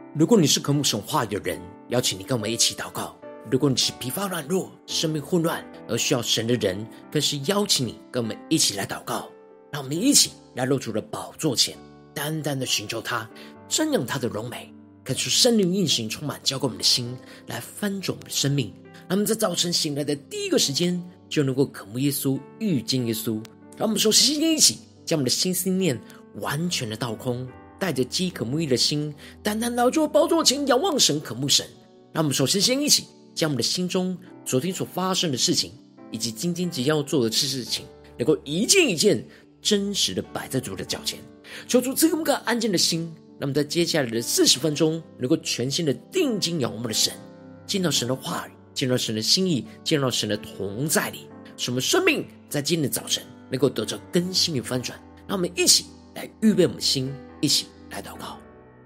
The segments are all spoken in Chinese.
如果你是渴慕神话语的人，邀请你跟我们一起祷告。如果你是疲乏软弱、生命混乱而需要神的人，更是邀请你跟我们一起来祷告。让我们一起来入主的宝座前，单单的寻求他，瞻仰他的荣美，看出圣灵运行充满浇灌我们的心，来翻转我们的生命。让我们在早晨醒来的第一个时间，就能够渴慕耶稣，遇见耶稣。让我们说先一起将我们的心思念完全的倒空，带着饥渴沐浴的心，单单来到宝座前仰望神，渴慕神。让我们首先一起将我们的心中昨天所发生的事情，以及今天即将要做的事情，能够一件一件真实的摆在主的脚前，求主赐给我们个安静的心。让我们在接下来的40分钟，能够全心的定睛仰望我们的神，见到神的话语，见到神的心意，见到神的同在里，使我们生命在今天的早晨能够得到更新与翻转。让我们一起来预备我们的心，一起来祷告。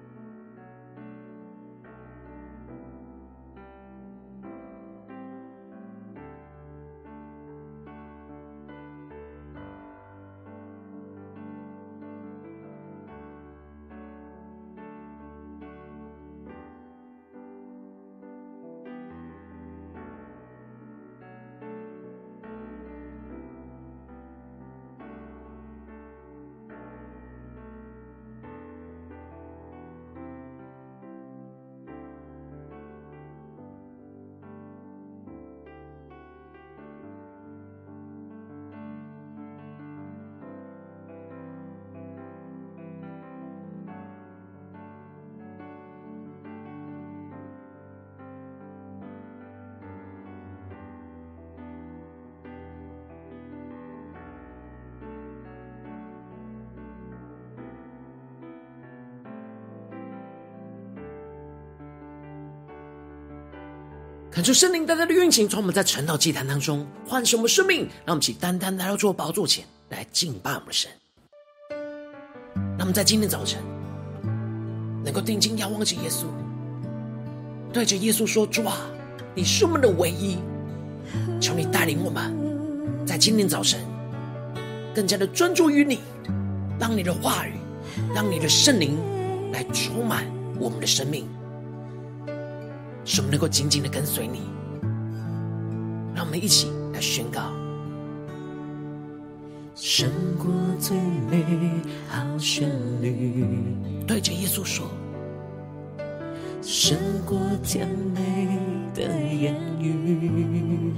恳求圣灵单单的运行，从我们在晨祷祭坛当中唤醒我们生命，让我们一起单单来到主的宝座前来敬拜我们的神。让我们在今天早晨能够定睛仰望着耶稣，对着耶稣说：主啊，你是我们的唯一，求你带领我们在今天早晨更加的专注于你，让你的话语，让你的圣灵来充满我们的生命，使我们能够紧紧的跟随你。让我们一起来宣告： 胜过最美好旋律， 对着耶稣说， 胜过甜美的言语，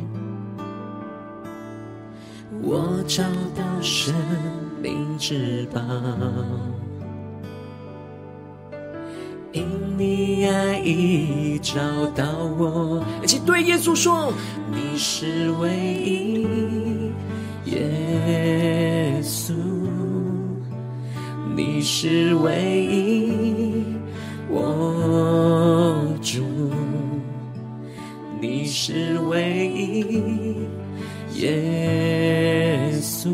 我找到生命之宝，因你爱已找到我。 一起对耶稣说： 你是唯一，耶稣，你是唯一，我主，你是唯一，耶稣，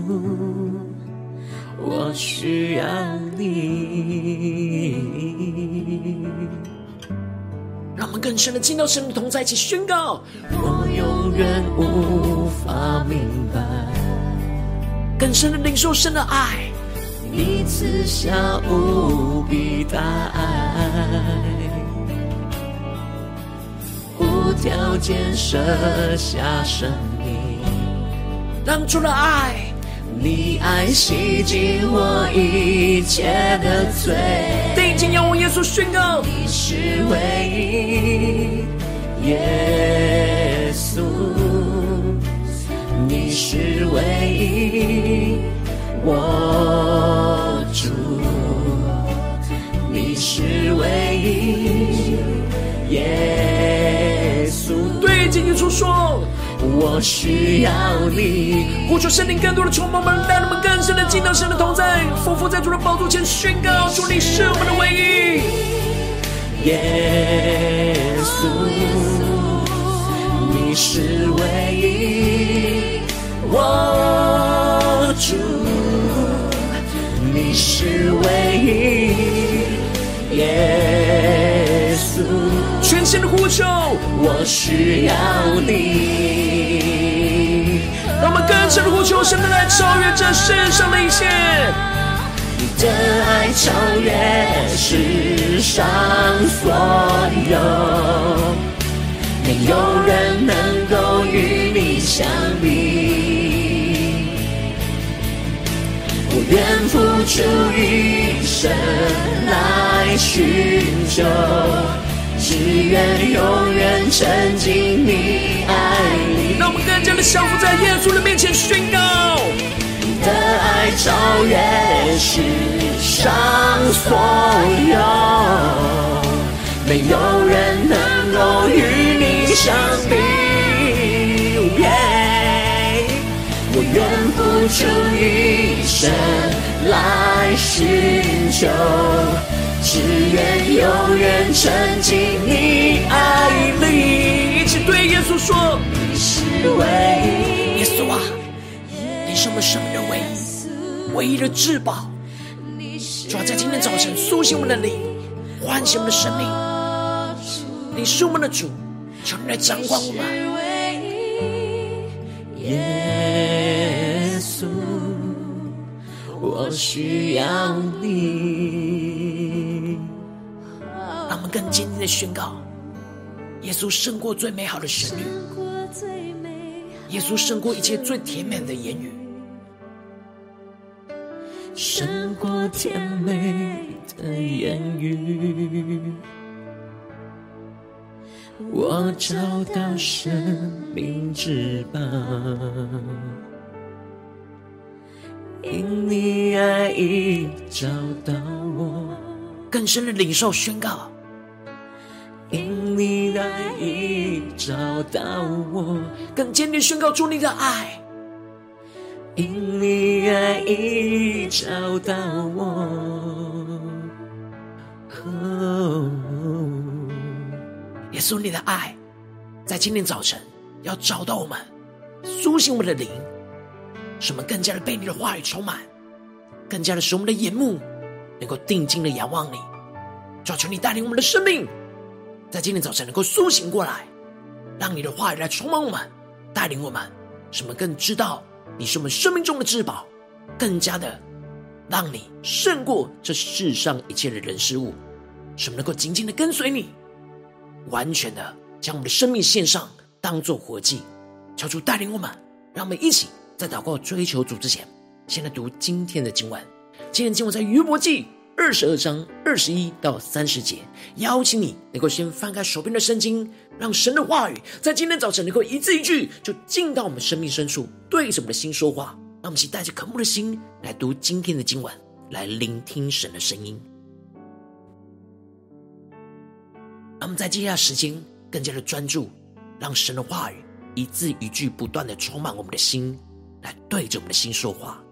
我需要你。 让我们更深的进到神的同在，一起宣告： 我永远无法明白， 更深的领受神的爱， 你赐下无比大爱，无条件舍下生命， 让主的爱， 你爱洗净我一切的罪。 定睛仰望耶稣，宣告： 你是唯一，耶稣，你是唯一，我主，你是唯一，耶稣。 对着耶稣说： 我需要你。 呼求圣灵更多的充满我们，带我们更深的进到神的同在，匍匐在主的宝座前宣告：主，你是我们的唯一， 耶稣，你是唯一，我主，你是唯一，耶稣。 全心的呼求， 我需要你。 让我们更深的呼求，神的来超越这世上的一切。 的爱超越世上所有，没有人能够与你相比。我愿付出一生来寻求，只愿永远沉浸你爱里。 让我们更加的降服在耶稣的面前宣告， 你的爱超越世上所有，没有人能够与你相比。我愿付出一生来寻求，只愿永远沉浸你爱里。 一起对耶稣说， 你是唯一， 耶稣啊，你是我们生命的唯一，唯一的至宝。主要在今天早晨苏醒我们的灵，唤醒我们的生命。你是我们的主，求你来掌管我们。 耶稣，我需要你。 让我们更坚定的宣告，耶稣胜过最美好的旋律，耶稣胜过一切最甜美的言语， 胜过甜美的言语。我找到生命之宝，因你爱已找到我， 更深的领受宣告， 因你爱已找到我， 更坚定宣告出你的爱， 因你爱已找到我。 耶稣，你的爱在今天早晨要找到我们，苏醒我们的灵，使我们更加的被你的话语充满，更加的使我们的眼目能够定睛的仰望你。主，求你带领我们的生命在今天早晨能够苏醒过来，让你的话语来充满我们，带领我们，使我们更知道你是我们生命中的至宝，更加的让你胜过这世上一切的人事物，使我们能够紧紧的跟随你，完全的将我们的生命献上，当作活祭。求主带领我们，让我们一起在祷告追求主之前，先来读今天的经文。今天经文在约伯记22章21到30节。邀请你能够先翻开手边的圣经，让神的话语在今天早晨能够一字一句就进到我们生命深处，对着我们的心说话。让我们一起带着渴慕的心来读今天的经文，来聆听神的声音。让我们在接下来时间更加的专注，让神的话语一字一句不断的充满我们的心，来对着我们的心说话。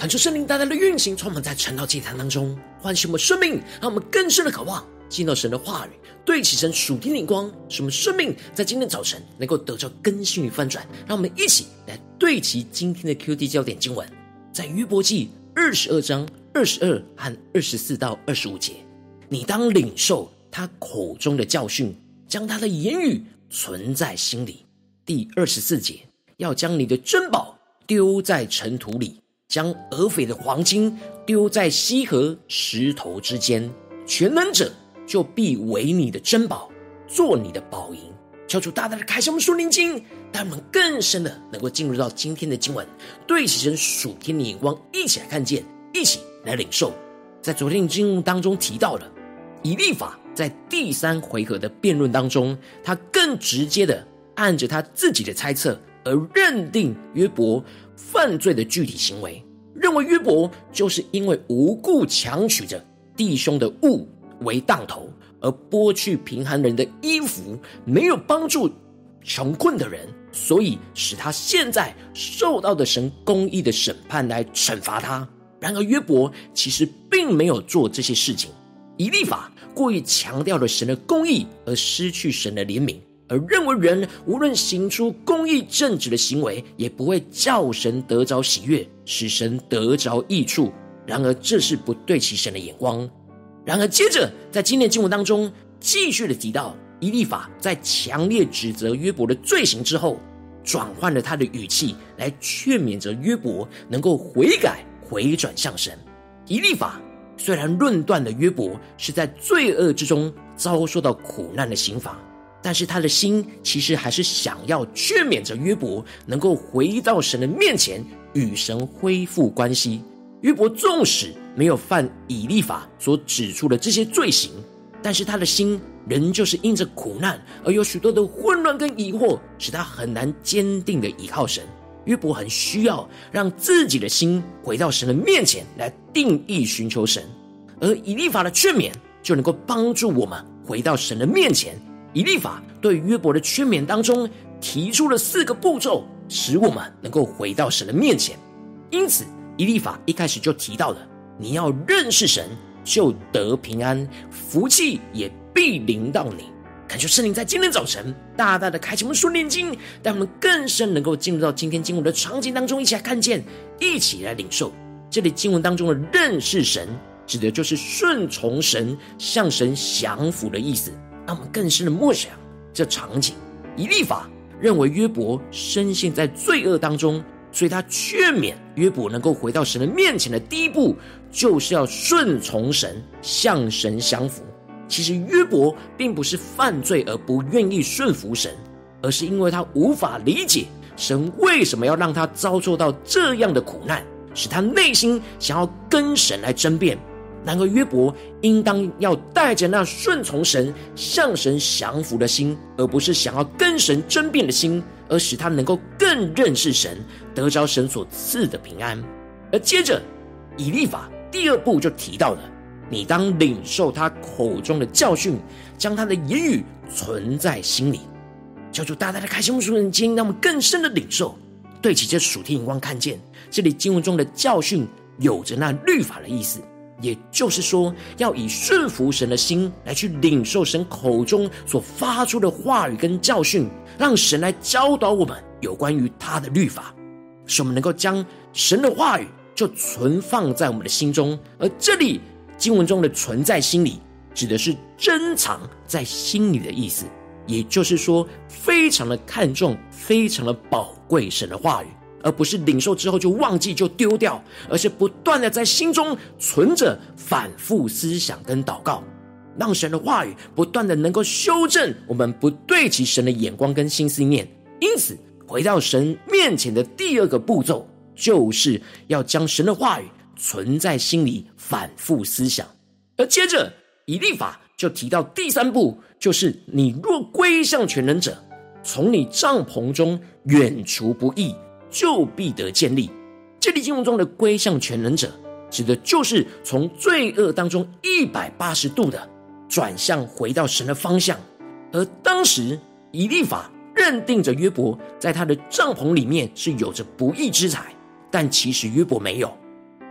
恳求圣灵大大的运行，充满在晨祷祭坛当中，唤醒我们生命，让我们更深的渴望进到神的话语，对齐神属天的光，使我们生命在今天早晨能够得到更新与翻转。让我们一起来对齐今天的 QD 焦点经文，在约伯记22章22和24到25节。你当领受他口中的教训，将他的言语存在心里。第24节，要将你的珍宝丢在尘土里，将俄斐的黄金丢在溪河石头之间，全能者就必为你的珍宝，做你的宝银。求主大大的开启我们属灵经，让我们更深的能够进入到今天的经文，对齐神属天的眼光，一起来看见，一起来领受。在昨天的经文当中提到了以利法在第3回合的辩论当中，他更直接的按着他自己的猜测而认定约伯犯罪的具体行为，认为约伯就是因为无故强取着弟兄的物为当头，而剥去贫寒人的衣服，没有帮助穷困的人，所以使他现在受到的神公义的审判来惩罚他。然而约伯其实并没有做这些事情，以利法过于强调了神的公义，而失去神的怜悯，而认为人无论行出公义正直的行为，也不会叫神得着喜悦，使神得着益处。然而这是不对齐神的眼光。然而接着在今天的经文当中继续的提到，以利法在强烈指责约伯的罪行之后，转换了他的语气来劝勉着约伯能够悔改回转向神。以利法虽然论断了约伯是在罪恶之中遭受到苦难的刑罚，但是他的心其实还是想要劝勉着约伯能够回到神的面前，与神恢复关系。约伯纵使没有犯以利法所指出的这些罪行，但是他的心仍旧是因着苦难而有许多的混乱跟疑惑，使他很难坚定的依靠神。约伯很需要让自己的心回到神的面前来定义寻求神，而以利法的劝勉就能够帮助我们回到神的面前。以利法对约伯的劝勉当中提出了4个步骤，使我们能够回到神的面前。因此以利法一开始就提到了，你要认识神，就得平安，福气也必临到你。恳求圣灵在今天早晨大大的开启我们属灵经，让我们更深能够进入到今天经文的场景当中，一起来看见，一起来领受。这里经文当中的认识神，指的就是顺从神，向神降服的意思。让我们更深的默想这场景。以利法认为约伯深陷在罪恶当中，所以他劝勉约伯能够回到神的面前的第一步，就是要顺从神，向神降服。其实约伯并不是犯罪而不愿意顺服神，而是因为他无法理解神为什么要让他遭受到这样的苦难，使他内心想要跟神来争辩。然而约伯应当要带着那顺从神、向神降服的心，而不是想要跟神争辩的心，而使他能够更认识神，得着神所赐的平安。而接着以利法第2步就提到了，你当领受他口中的教训，将他的言语存在心里。求主大大的开启我们属灵经，让我们更深的领受，对齐这属天眼光，看见这里经文中的教训有着那律法的意思，也就是说要以顺服神的心来去领受神口中所发出的话语跟教训，让神来教导我们有关于他的律法，使我们能够将神的话语就存放在我们的心中。而这里经文中的存在心里，指的是珍藏在心里的意思，也就是说非常的看重，非常的宝贵神的话语，而不是领受之后就忘记就丢掉，而是不断的在心中存着，反复思想跟祷告，让神的话语不断的能够修正我们不对齐神的眼光跟心思念。因此回到神面前的第2个步骤，就是要将神的话语存在心里，反复思想。而接着以利法就提到第3步，就是你若归向全能者，从你帐篷中远除不义，就必得建立。这里经文中的归向全能者，指的就是从罪恶当中180度的转向回到神的方向。而当时以利法认定着约伯在他的帐篷里面是有着不义之财，但其实约伯没有。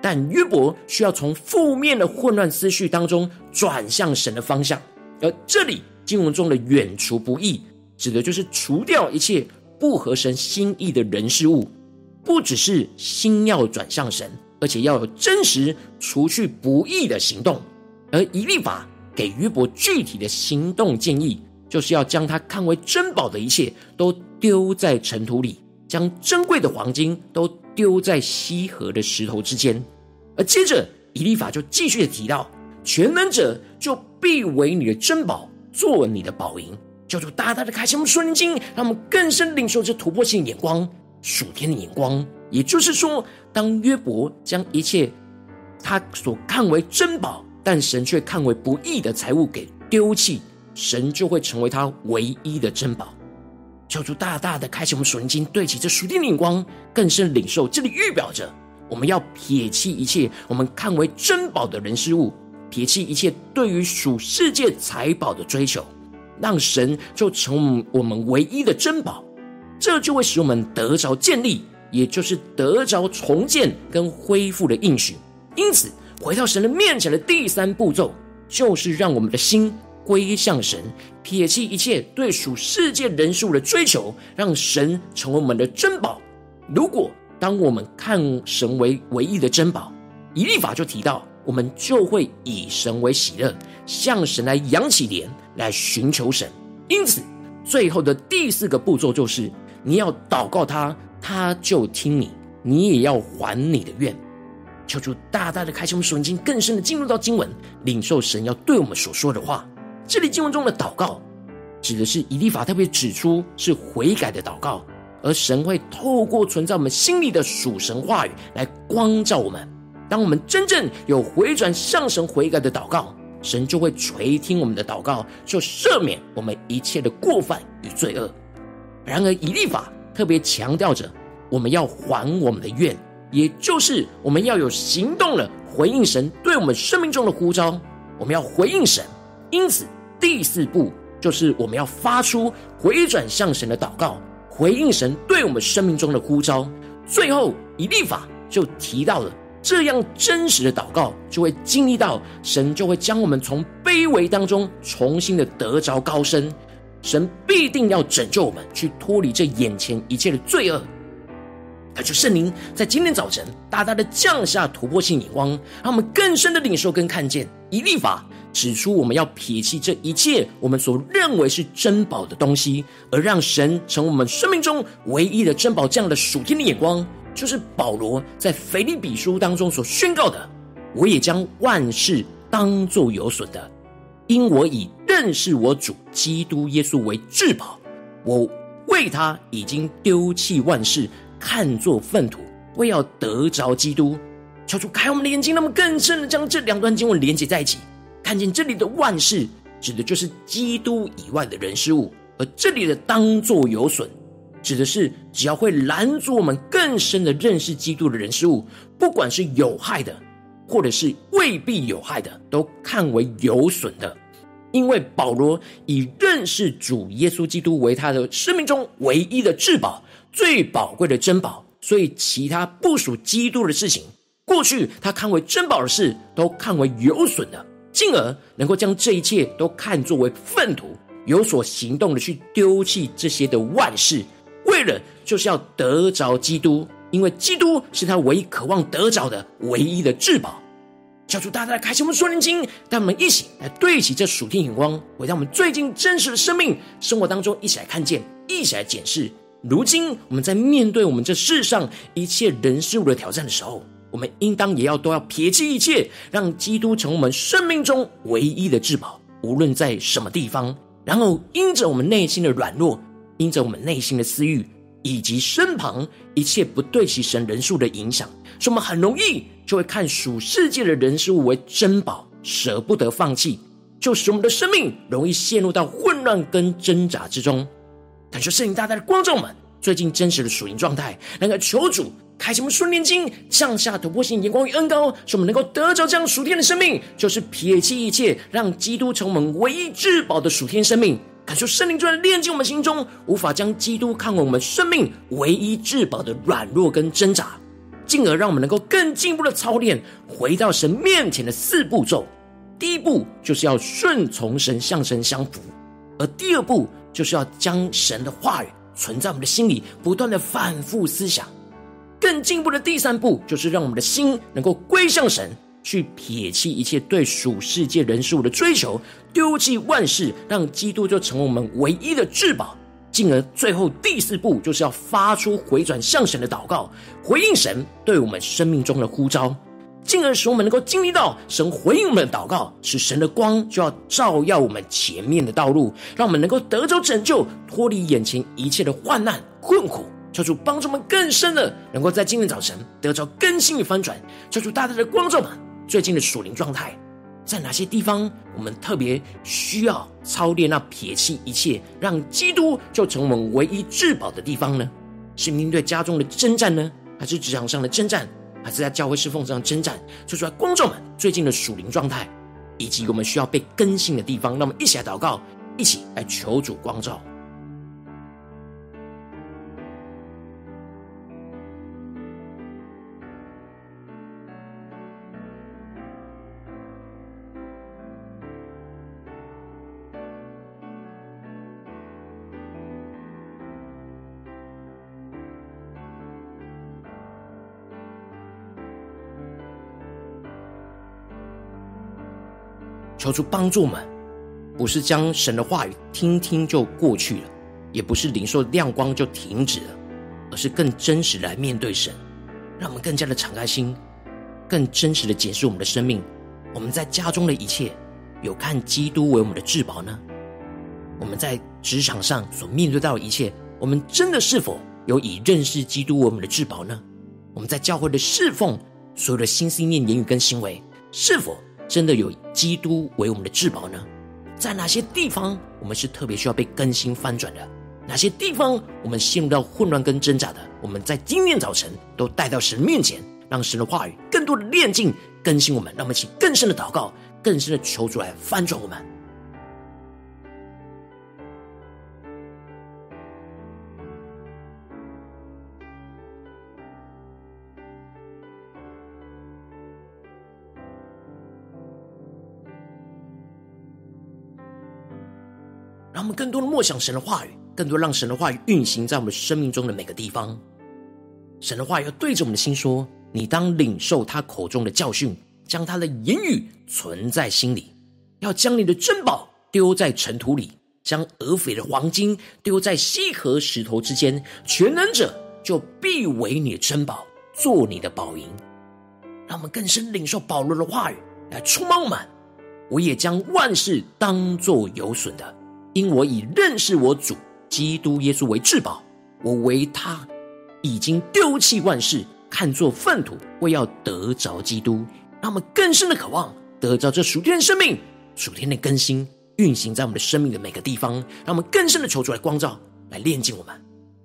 但约伯需要从负面的混乱思绪当中转向神的方向。而这里经文中的远除不义，指的就是除掉一切不合神心意的人事物，不只是心要转向神，而且要有真实除去不义的行动。而以利法给约伯具体的行动建议，就是要将他看为珍宝的一切都丢在尘土里，将珍贵的黄金都丢在溪河的石头之间。而接着以利法就继续的提到，全能者就必为你的珍宝，做你的宝银。求主大大的开启我们属灵经，让我们更深领受这突破性的眼光，属天的眼光。也就是说，当约伯将一切他所看为珍宝，但神却看为不义的财物给丢弃，神就会成为他唯一的珍宝。求主大大的开启我们属灵经，对齐这属天的眼光，更深领受。这里预表着我们要撇弃一切我们看为珍宝的人事物，撇弃一切对于属世界财宝的追求，让神就成为我们唯一的珍宝。这就会使我们得着建立，也就是得着重建跟恢复的应许。因此回到神的面前的第三步骤，就是让我们的心归向神，撇弃一切对属世界人数的追求，让神成为我们的珍宝。如果当我们看神为唯一的珍宝，以利法就提到，我们就会以神为喜乐，向神来扬起脸来寻求神。因此最后的第四个步骤就是，你要祷告他，他就听你，你也要还你的愿。求主大大的开启我们属灵经，更深的进入到经文，领受神要对我们所说的话。这里经文中的祷告指的是以利法特别指出是悔改的祷告，而神会透过存在我们心里的属神话语来光照我们。当我们真正有回转向神悔改的祷告，神就会垂听我们的祷告，就赦免我们一切的过犯与罪恶。然而以利法特别强调着，我们要还我们的愿，也就是我们要有行动了，回应神对我们生命中的呼召。我们要回应神，因此第四步就是我们要发出回转向神的祷告，回应神对我们生命中的呼召。最后以利法就提到了，这样真实的祷告就会经历到神就会将我们从卑微当中重新的得着高升，神必定要拯救我们，去脱离这眼前一切的罪恶。感谢圣灵在今天早晨大大的降下突破性眼光，让我们更深的领受跟看见以利法指出我们要撇弃这一切我们所认为是珍宝的东西，而让神成为我们生命中唯一的珍宝。这样的属天的眼光，就是保罗在腓立比书当中所宣告的，我也将万事当作有损的，因我以认识我主基督耶稣为至宝，我为他已经丢弃万事，看作粪土，为要得着基督。求主开我们的眼睛，让我们更深的将这两段经文连接在一起，看见这里的万事指的就是基督以外的人事物，而这里的当作有损指的是只要会拦阻我们更深的认识基督的人事物，不管是有害的或者是未必有害的，都看为有损的。因为保罗以认识主耶稣基督为他的生命中唯一的至宝，最宝贵的珍宝，所以其他不属基督的事情，过去他看为珍宝的事，都看为有损的，进而能够将这一切都看作为粪土，有所行动的去丢弃这些的万事，为了就是要得着基督，因为基督是他唯一渴望得着的唯一的至宝。求主大大开启我们属灵经，带我们一起来对齐这属天眼光，回到我们最近真实的生命生活当中，一起来看见，一起来检视。如今我们在面对我们这世上一切人事物的挑战的时候，我们应当也都要撇弃一切，让基督成为我们生命中唯一的至宝，无论在什么地方。然后因着我们内心的软弱，因着我们内心的私欲，以及身旁一切不对其神人数的影响，所以我们很容易就会看属世界的人事物为珍宝，舍不得放弃，就使我们的生命容易陷入到混乱跟挣扎之中。感谢圣灵大大的光照我们最近真实的属灵状态，能够求主开启我们属灵经，降下突破性眼光与恩膏，使我们能够得着这样属天的生命，就是撇弃一切，让基督成为我们唯一至宝的属天生命。感受圣灵就在炼净我们心中无法将基督看为我们生命唯一至宝的软弱跟挣扎。 进而让我们能够更进一步的操练回到神面前的4步骤。第一步就是要顺从神，向神相服，而第二步就是要将神的话语存在我们的心里，不断的反复思想。更进一步的第3步就是让我们的心能够归向神，去撇弃一切对属世界人事物的追求，丢弃万事，让基督就成为我们唯一的至宝。进而最后第4步就是要发出回转向神的祷告，回应神对我们生命中的呼召，进而使我们能够经历到神回应我们的祷告，使神的光就要照耀我们前面的道路，让我们能够得着拯救，脱离眼前一切的患难困苦。求主帮助我们更深的能够在今天早晨得着更新与翻转。求主大大的光照们最近的属灵状态，在哪些地方我们特别需要操练那撇弃一切，让基督就成我们唯一至宝的地方呢？是面对家中的征战呢，还是职场上的征战，还是在教会侍奉上的征战？说出来光照们最近的属灵状态，以及我们需要被更新的地方，让我们一起来祷告，一起来求主光照。求主帮助我们，不是将神的话语听听就过去了，也不是领受亮光就停止了，而是更真实来面对神，让我们更加的敞开心，更真实的检视我们的生命。我们在家中的一切，有看基督为我们的至宝呢？我们在职场上所面对到的一切，我们真的是否有以认识基督为我们的至宝呢？我们在教会的侍奉，所有的心思念言语跟行为，是否真的有基督为我们的至宝呢？在哪些地方我们是特别需要被更新翻转的？哪些地方我们陷入到混乱跟挣扎的？我们在今天早晨都带到神面前，让神的话语更多的炼净更新我们，让我们一起更深的祷告，更深的求主来翻转我们。让我们更多的默想神的话语，更多让神的话语运行在我们生命中的每个地方。神的话语要对着我们的心说，你当领受他口中的教训，将他的言语存在心里，要将你的珍宝丢在尘土里，将俄斐的黄金丢在溪河石头之间，全能者就必为你的珍宝，做你的宝银。让我们更深领受保罗的话语来充满我们。我也将万事当作有损的，因我以认识我主基督耶稣为至宝，我为他已经丢弃万事，看作粪土，为要得着基督。让我们更深的渴望得着这属天的生命，属天的更新运行在我们的生命的每个地方，让我们更深的求出来光照，来炼净我们。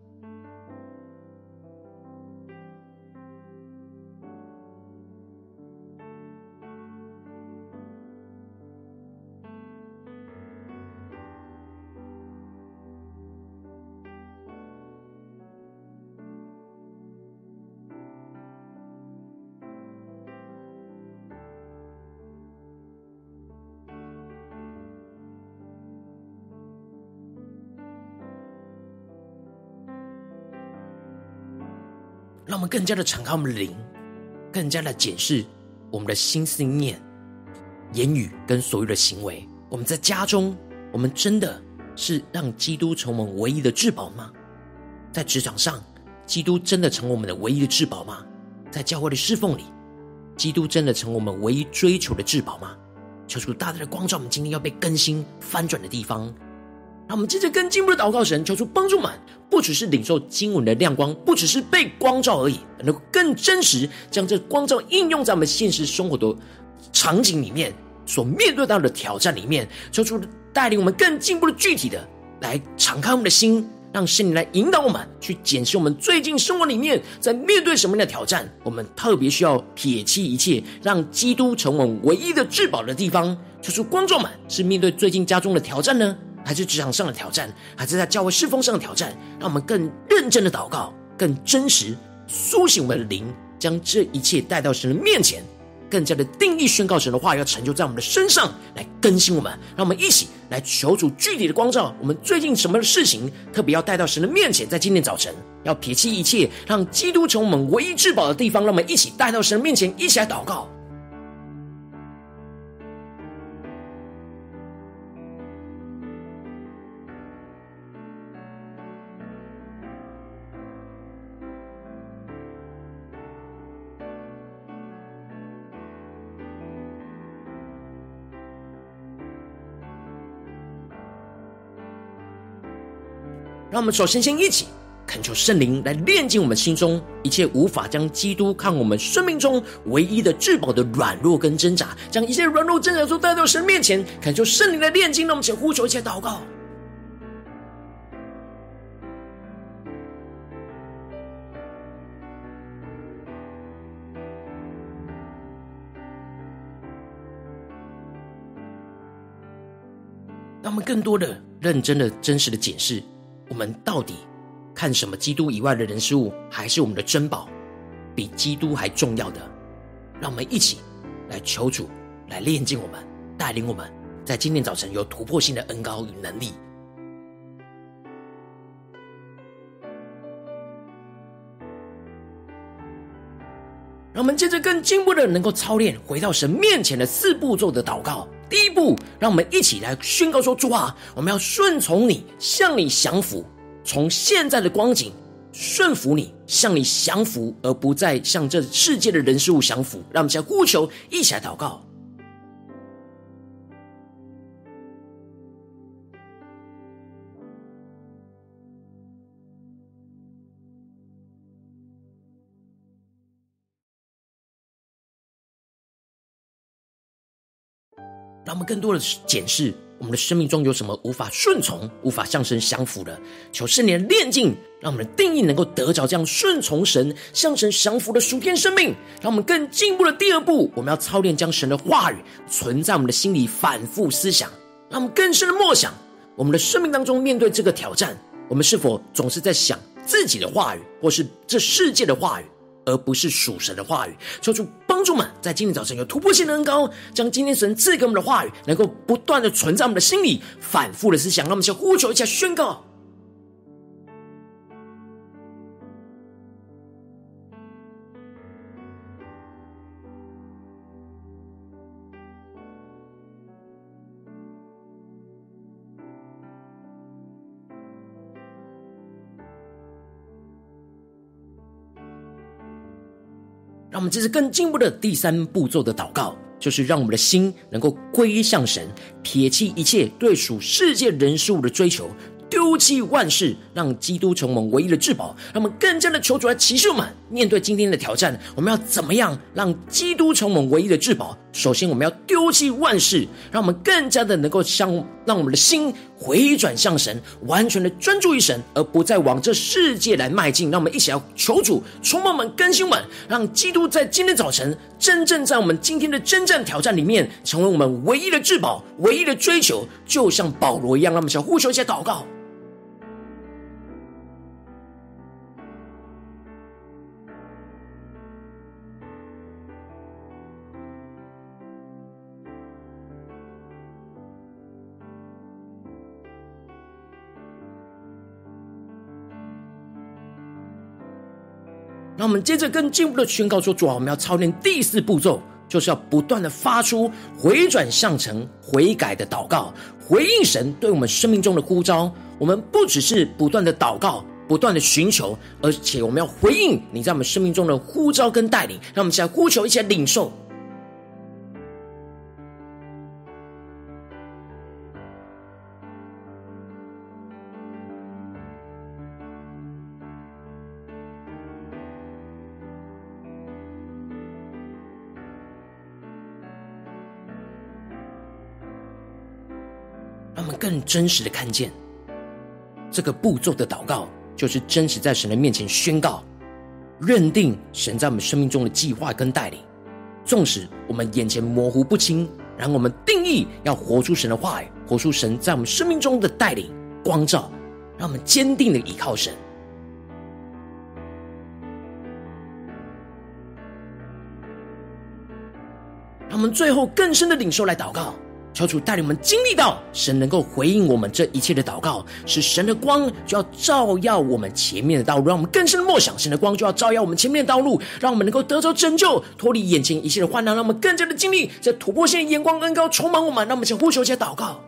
让我们更加的敞开我们的灵，更加的检视我们的心思念、言语跟所有的行为。我们在家中，我们真的是让基督成为我们唯一的至宝吗？在职场上，基督真的成为我们的唯一的至宝吗？在教会的侍奉里，基督真的成为我们唯一追求的至宝吗？求主大大的光照我们今天要被更新翻转的地方。让我们接着更进一步的祷告神，求主帮助我们，不只是领受经文的亮光，不只是被光照而已，能够更真实将这光照应用在我们现实生活的场景里面，所面对到的挑战里面。求主带领我们更进一步的具体的来敞开我们的心，让圣灵来引导我们去检视我们最近生活里面在面对什么样的挑战，我们特别需要撇弃一切，让基督成为我们唯一的至宝的地方。求主光照我们，是面对最近家中的挑战呢，还是职场上的挑战，还是在教会侍奉上的挑战？让我们更认真的祷告，更真实苏醒我们的灵， 将这一切带到神的面前，更加的定义宣告神的话要成就在我们的身上，来更新我们。让我们一起来求主具体的光照，我们最近什么事情特别要带到神的面前，在今天早晨要撇弃一切，让基督成为我们唯一至宝的地方。让我们一起带到神的面前，一起来祷告。让我们首先一起恳求圣灵来炼净我们心中一切无法将基督看我们生命中唯一的至宝的软弱跟挣扎，将一切软弱挣扎都带到神面前，恳求圣灵来炼净。让我们一起呼求，一起祷告。让我们更多的认真的真实的检视，我们到底看什么基督以外的人事物，还是我们的珍宝比基督还重要的？让我们一起来求主来炼净我们，带领我们在今天早晨有突破性的恩膏与能力。让我们接着更进一步的能够操练回到神面前的4步骤的祷告。第一步，让我们一起来宣告说，主啊，我们要顺从你，向你降服，从现在的光景顺服你，向你降服，而不再向这世界的人事物降服。让我们一起来呼求，一起来祷告。让我们更多的检视我们的生命中有什么无法顺从、无法向神降服的，求圣灵炼净，让我们的定义能够得着这样顺从神、向神降服的属天生命。让我们更进一步的第二步，我们要操练将神的话语存在我们的心里，反复思想，让我们更深的默想我们的生命当中。面对这个挑战，我们是否总是在想自己的话语，或是这世界的话语，而不是属神的话语？求主帮助我们在今天早晨有突破性的恩膏，将今天神赐给我们的话语能够不断的存在我们的心里，反复的思想。让我们先呼求一下，宣告。让我们这是更进一步的第3步骤的祷告，就是让我们的心能够归向神，撇弃一切对属世界人事物的追求，丢弃万事，让基督成为我们唯一的至宝。让我们更加的求主来启示我们，面对今天的挑战，我们要怎么样让基督成为我们唯一的至宝？首先我们要丢弃万事，让我们更加的能够让我们的心回转向神，完全的专注于神，而不再往这世界来迈进。让我们一起要求主充满我们、更新我们，让基督在今天早晨真正在我们今天的征战挑战里面，成为我们唯一的至宝、唯一的追求，就像保罗一样。让我们想呼求一下祷告。让我们接着更进一步的宣告说，主啊，我们要操练第4步骤，就是要不断的发出回转向神、悔改的祷告，回应神对我们生命中的呼召。我们不只是不断的祷告、不断的寻求，而且我们要回应你在我们生命中的呼召跟带领。让我们一起来呼求，一起来领受。让我们更真实的看见这个步骤的祷告，就是真实在神的面前宣告、认定神在我们生命中的计划跟带领。纵使我们眼前模糊不清，然后我们定义要活出神的话语，活出神在我们生命中的带领光照，让我们坚定的依靠神。 让我们最后更深的领受来祷告，求主带领我们经历到神能够回应我们这一切的祷告，使神的光就要照耀我们前面的道路，让我们更深的默想神的光就要照耀我们前面的道路，让我们能够得着拯救，脱离眼前一切的患难，让我们更加的经历这突破性的眼光恩膏充满我们。让我们先呼求，先祷告。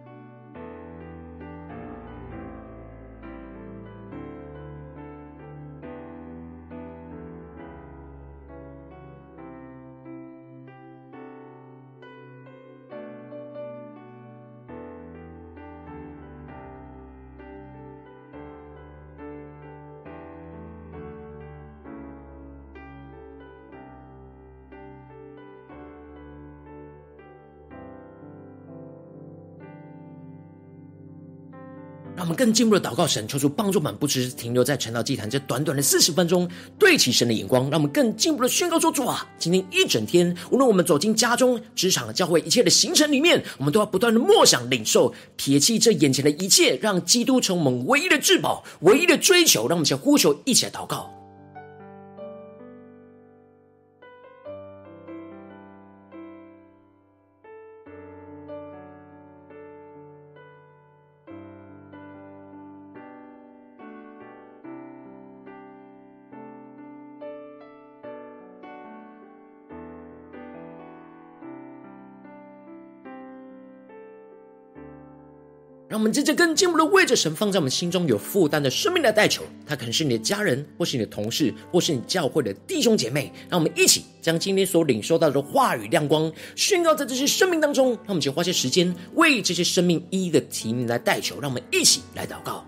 让我们更进一步的祷告神，求主帮助我们不只是停留在晨祷祭坛这短短的40分钟，对齐神的眼光，让我们更进一步的宣告说，主啊，今天一整天，无论我们走进家中、职场、教会一切的行程里面，我们都要不断的默想领受，撇弃这眼前的一切，让基督成我们唯一的至宝，唯一的追求。让我们先呼求，一起来祷告。让我们接着更进一步的为着神放在我们心中有负担的生命来代求，他可能是你的家人，或是你的同事，或是你教会的弟兄姐妹。让我们一起将今天所领受到的话语亮光宣告在这些生命当中，让我们一起花些时间为这些生命一一的提名来代求。让我们一起来祷告。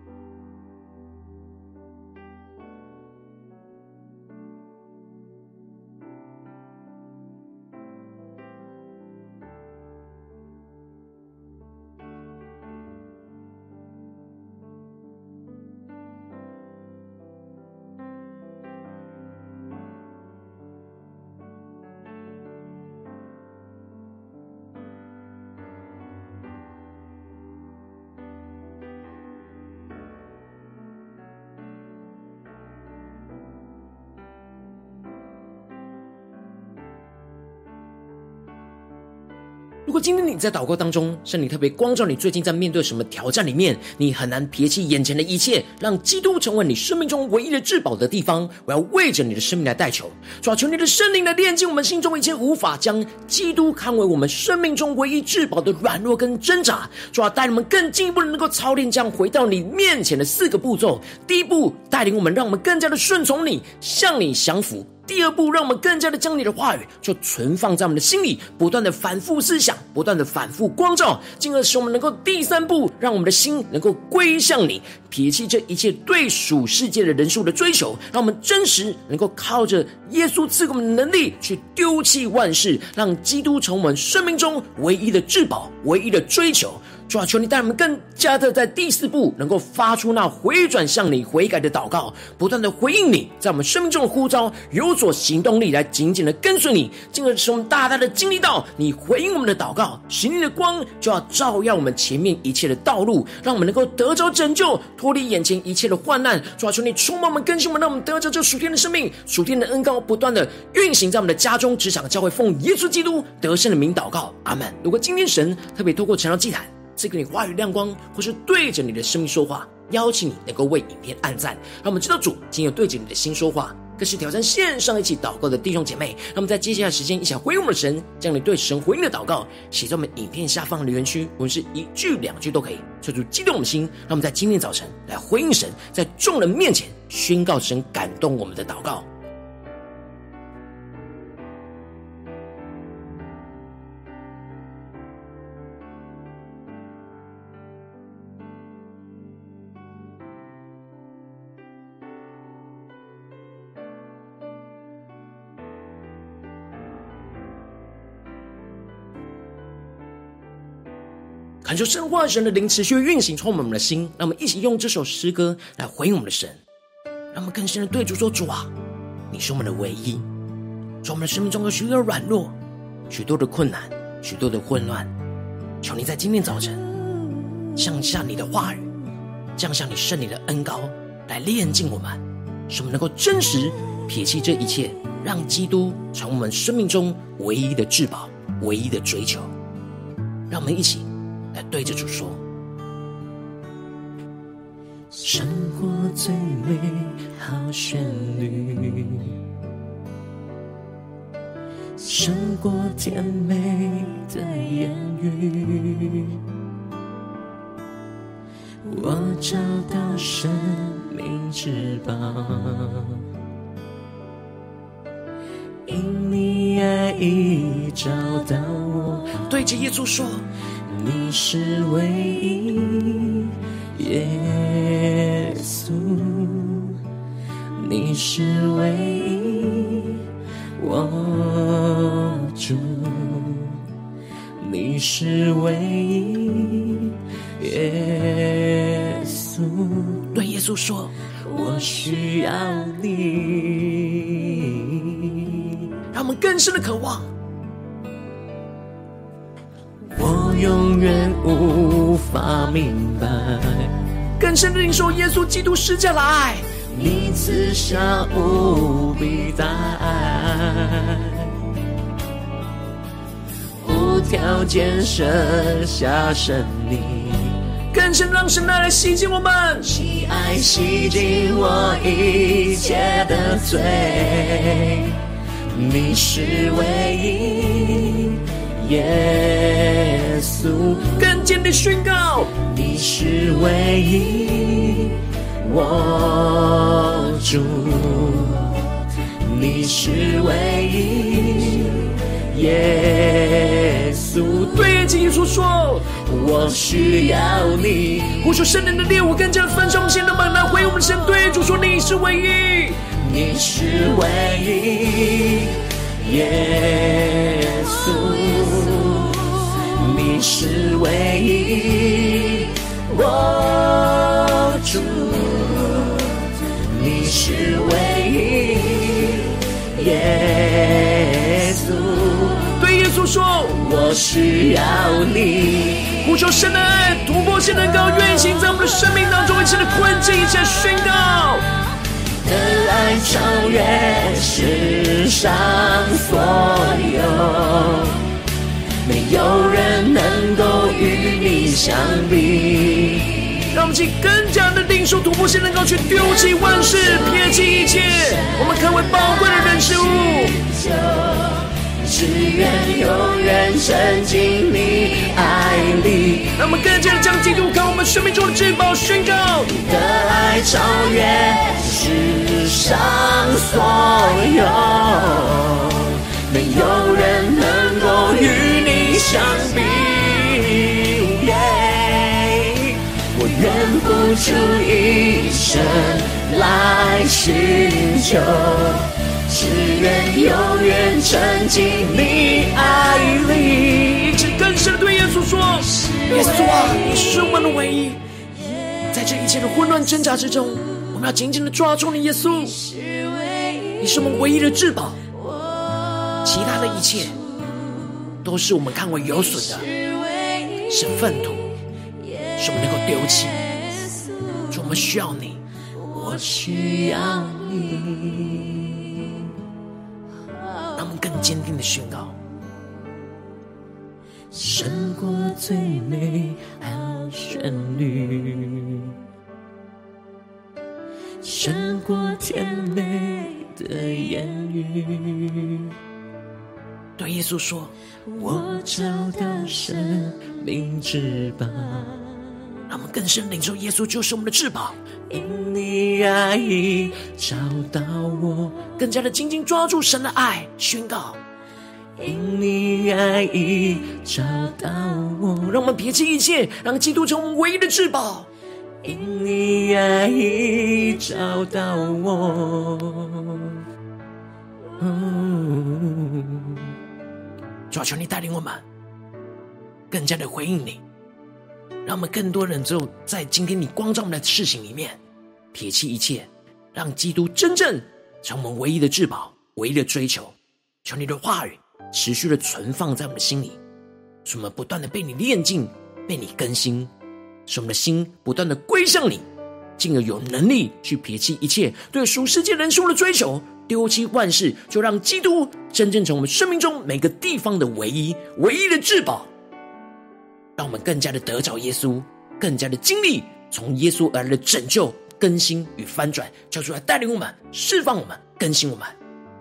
如果今天你在祷告当中，圣灵特别光照你最近在面对什么挑战里面，你很难撇弃眼前的一切，让基督成为你生命中唯一的至宝的地方，我要为着你的生命来代求。主啊，求你的圣灵来炼净我们心中一切无法将基督看为我们生命中唯一至宝的软弱跟挣扎。主啊，带领我们更进一步的能够操练这样回到你面前的4个步骤。第一步，带领我们让我们更加的顺从你，向你降服。第二步，让我们更加的将你的话语就存放在我们的心里，不断的反复思想，不断的反复光照，进而使我们能够第三步，让我们的心能够归向你，撇弃这一切对属世界的人数的追求，让我们真实能够靠着耶稣赐给我们的能力去丢弃万事，让基督成为我们生命中唯一的至宝，唯一的追求。主啊，求你带我们更加的在第4步能够发出那回转向你悔改的祷告，不断的回应你在我们生命中的呼召，有所行动力来紧紧的跟随你，进而使我们大大的经历到你回应我们的祷告，使你的光就要照耀我们前面一切的道路，让我们能够得着拯救，脱离眼前一切的患难。主啊，求你充满我们，更新我们，让我们得着这属天的生命，属天的恩膏不断的运行在我们的家中、职场、教会，奉耶稣基督得胜的名祷告，阿们。如果今天神特别透过晨祷祭坛赐给你话语亮光，或是对着你的生命说话，邀请你能够为影片按赞，让我们知道主今天有对着你的心说话，更是挑战线上一起祷告的弟兄姐妹。让我们在接下来的时间一起回应我们的神，将你对神回应的祷告写在我们影片下方的留言区，无论是1句2句都可以，求主激动我们的心，让我们在今天早晨来回应神，在众人面前宣告神感动我们的祷告。恳求圣化神的灵持续运行充满我们的心，让我们一起用这首诗歌来回应我们的神，让我们更深的对主说，主啊，你是我们的唯一。主，我们的生命中有许多的软弱，许多的困难，许多的混乱，求你在今天早晨降下你的话语，降下你圣灵的恩膏来炼净我们，使我们能够真实撇弃这一切，让基督成我们生命中唯一的至宝，唯一的追求。让我们一起来对着主说： 胜过最美好旋律，胜过甜美的言语，我找到生命之宝，因你爱已找到我。 对着耶稣说： 你是唯一，耶稣，你是唯一，我主，你是唯一，耶稣。 对耶稣说： 我需要你。 让我们更深的渴望， 我永远无法明白， 更深的领受耶稣基督施加的爱， 你赐下无比大爱，无条件舍下生命， 更深让神的爱来洗净我们， 你爱洗净我一切的罪，你是唯一，耶稣。 更坚定宣告： 你是唯一，我主，你是唯一，耶稣。 对着耶稣说： 我需要你。 呼求圣灵的烈火更加焚烧我们心，让我们来回应我们的神。对主说：你是唯一， 你是唯一，耶稣，你是唯一，我主，你是唯一，耶稣。 对耶稣说： 我需要你。 呼求神的爱突破性能够运行在我们的生命当中，一切的困境，一切的宣告。 的爱超越世上所有，没有人能够与你相比。 让我们去更加的领受突破性能够去丢弃万事，撇弃一切我们看为宝贵的人事物， 只愿永远沉浸你爱里。 让我们更加的将基督看我们生命中的至宝宣告。 你的爱超越世上所有，没有人能够与你相比。我愿付出一生来寻求，只愿永远沉浸你爱里。 一直更深的对耶稣说：耶稣啊，你是我们的唯一。在这一切的混乱挣扎之中，我们要紧紧的抓住你，耶稣。你是我们唯一的至宝，其他的一切都是我们看为有损的，是粪土，是我们能够丢弃。主，我们需要你， 我需要你。 让我们更坚定的宣告： 胜过最美好旋律，胜过甜美的言语。 对耶稣说： 我找到生命之宝。 让我们更深领受耶稣就是我们的至宝， 因你爱已找到我， 更加的紧紧抓住神的爱，宣告： 因你爱已找到我。 让我们撇弃一切，让基督成我们唯一的至宝。 因你爱已找到我。 主啊，求你带领我们更加的回应你，让我们更多人就在今天你光照我们的事情里面撇弃一切，让基督真正成我们唯一的至宝，唯一的追求。求你的话语持续的存放在我们的心里，使我们不断的被你炼净，被你更新，使我们的心不断的归向你，进而有能力去撇弃一切对属世界人事物的追求， 丢弃万事，就让基督真正成为我们生命中每个地方的唯一的至宝，让我们更加的得着耶稣，更加的经历从耶稣而来的拯救、更新与翻转，叫出来带领我们、释放我们、更新我们。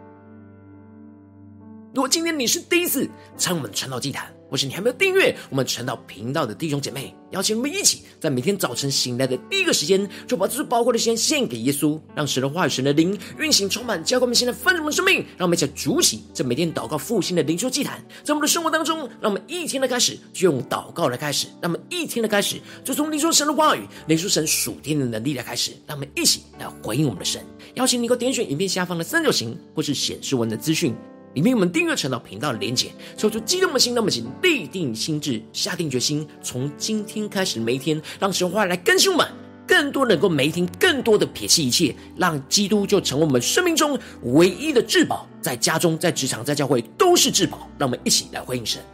如果今天你是第一次参与我们传道祭坛，或是你还没有订阅我们传道频道的弟兄姐妹，邀请我们一起在每天早晨醒来的第一个时间，就把这最宝贵的时间献给耶稣，让神的话语、神的灵运行充满，浇灌我们现在丰盛的生命。让我们一起来筑起这每天祷告复兴的灵修祭坛，在我们的生活当中，让我们一天的开始就用祷告来开始，让我们一天的开始就从领受神的话语、领受神属天的能力来开始。让我们一起来回应我们的神。邀请你能够点选影片下方的三角形，或是显示文的资讯，里面我们订阅传道频道的连结，抽出激动的心，让我们请立定心志，下定决心，从今天开始的每一天，让神话来更新我们，更多能够每一天更多的撇弃一切，让基督就成为我们生命中唯一的至宝，在家中、在职场、在教会都是至宝。让我们一起来回应神。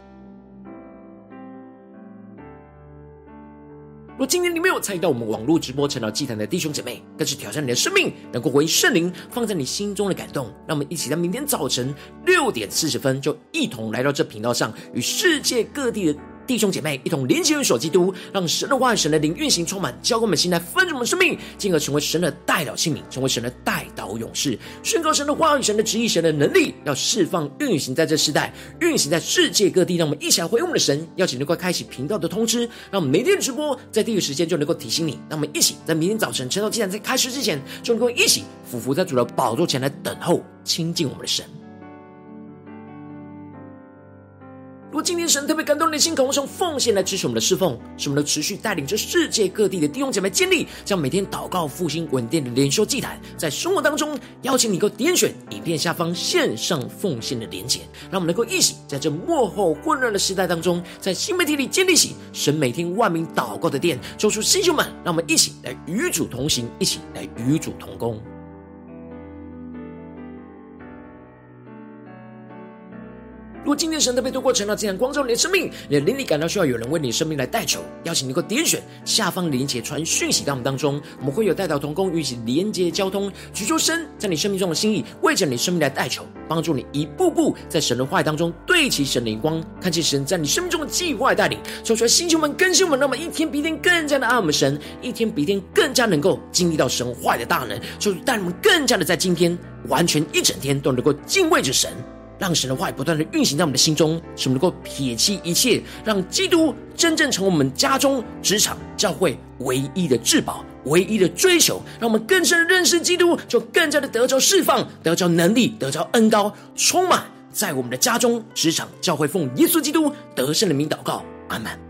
若今天你没有参与到我们网络直播成祷祭坛的弟兄姐妹，更是挑战你的生命，能够回应圣灵放在你心中的感动。让我们一起在明天早晨6:40就一同来到这频道上，与世界各地的弟兄姐妹一同连接与所基督，让神的话语、神的灵运行充满，浇灌我们心来分盛我们生命，进而成为神的代祷器皿，成为神的代祷勇士，宣告神的话语、神的旨意、神的能力，要释放运行在这世代，运行在世界各地。让我们一起来回应我们的神，邀请你快开启频道的通知，让我们每天直播在第一个时间就能够提醒你。让我们一起在明天早晨晨祷祭坛在开始之前，就能够一起俯伏在主的宝座前来等候亲近我们的神。如果今天神特别感动你的心，渴望用奉献来支持我们的侍奉，使我们能持续带领着世界各地的弟兄姐妹建立这样每天祷告复兴稳定的灵修祭坛。在生活当中，邀请你能够点选影片下方线上奉献的连结，让我们能够一起在这末后混乱的时代当中，在新媒体里建立起神每天万名祷告的殿。抽出弟兄们，让我们一起来与主同行，一起来与主同工。如果今天神特别透过晨祷祭坛光照你的生命，你的灵里感到需要有人为你的生命来代求，邀请你能够点选下方连结传讯息到我们当中，我们会有代祷同工与其连结交通，寻求神在你生命中的心意，为着你生命来代求，帮助你一步步在神的话语当中对齐神的眼光，看见神在你生命中的计划带领，说出来星球们更新我们，让我们一天比一天更加的爱我们神，一天比一天更加能够经历到神话语的大能，就是带我们更加的在今天完全一整天都能够敬畏着神，让神的话语不断的运行在我们的心中，使我们能够撇弃一切，让基督真正成为我们家中、职场、教会唯一的至宝、唯一的追求。让我们更深的认识基督，就更加的得着释放，得着能力，得着恩膏，充满在我们的家中、职场、教会，奉耶稣基督得胜的名祷告，阿们。